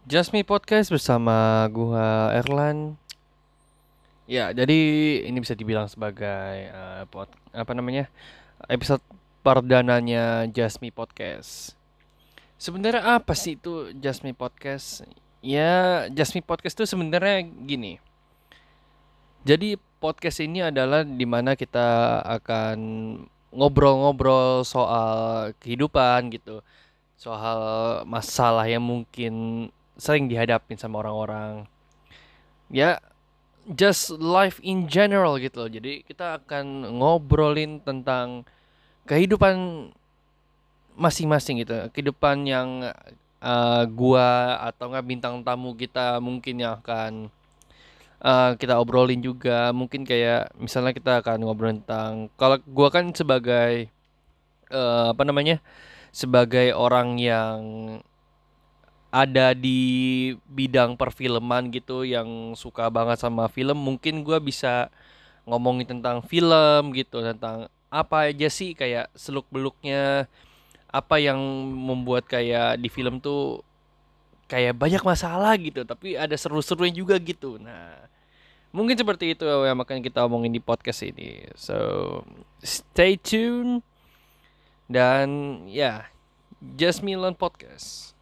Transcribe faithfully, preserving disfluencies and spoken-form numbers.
Just Me Podcast bersama gua Erlan. Ya, jadi ini bisa dibilang sebagai eh, pod, apa namanya? Episode perdananya Just Me Podcast. Sebenarnya apa sih itu Just Me Podcast? Ya, Just Me Podcast itu sebenarnya gini. Jadi podcast ini adalah dimana kita akan ngobrol-ngobrol soal kehidupan gitu, soal masalah yang mungkin sering dihadapin sama orang-orang. Ya, just life in general gitu loh. Jadi kita akan ngobrolin tentang kehidupan masing-masing gitu. Kehidupan yang uh, gua atau enggak bintang tamu kita mungkin yang akan uh, kita obrolin juga. Mungkin kayak misalnya kita akan ngobrol tentang, kalau gua kan sebagai uh, apa namanya? Sebagai orang yang ada di bidang perfilman gitu, yang suka banget sama film, mungkin gua bisa ngomongin tentang film gitu, tentang apa aja sih kayak seluk-beluknya, apa yang membuat kayak di film tuh kayak banyak masalah gitu, tapi ada seru-serunya juga gitu. Nah, mungkin seperti itu yang makanya kita omongin di podcast ini. So, stay tune dan ya, Just Me Alone Podcast.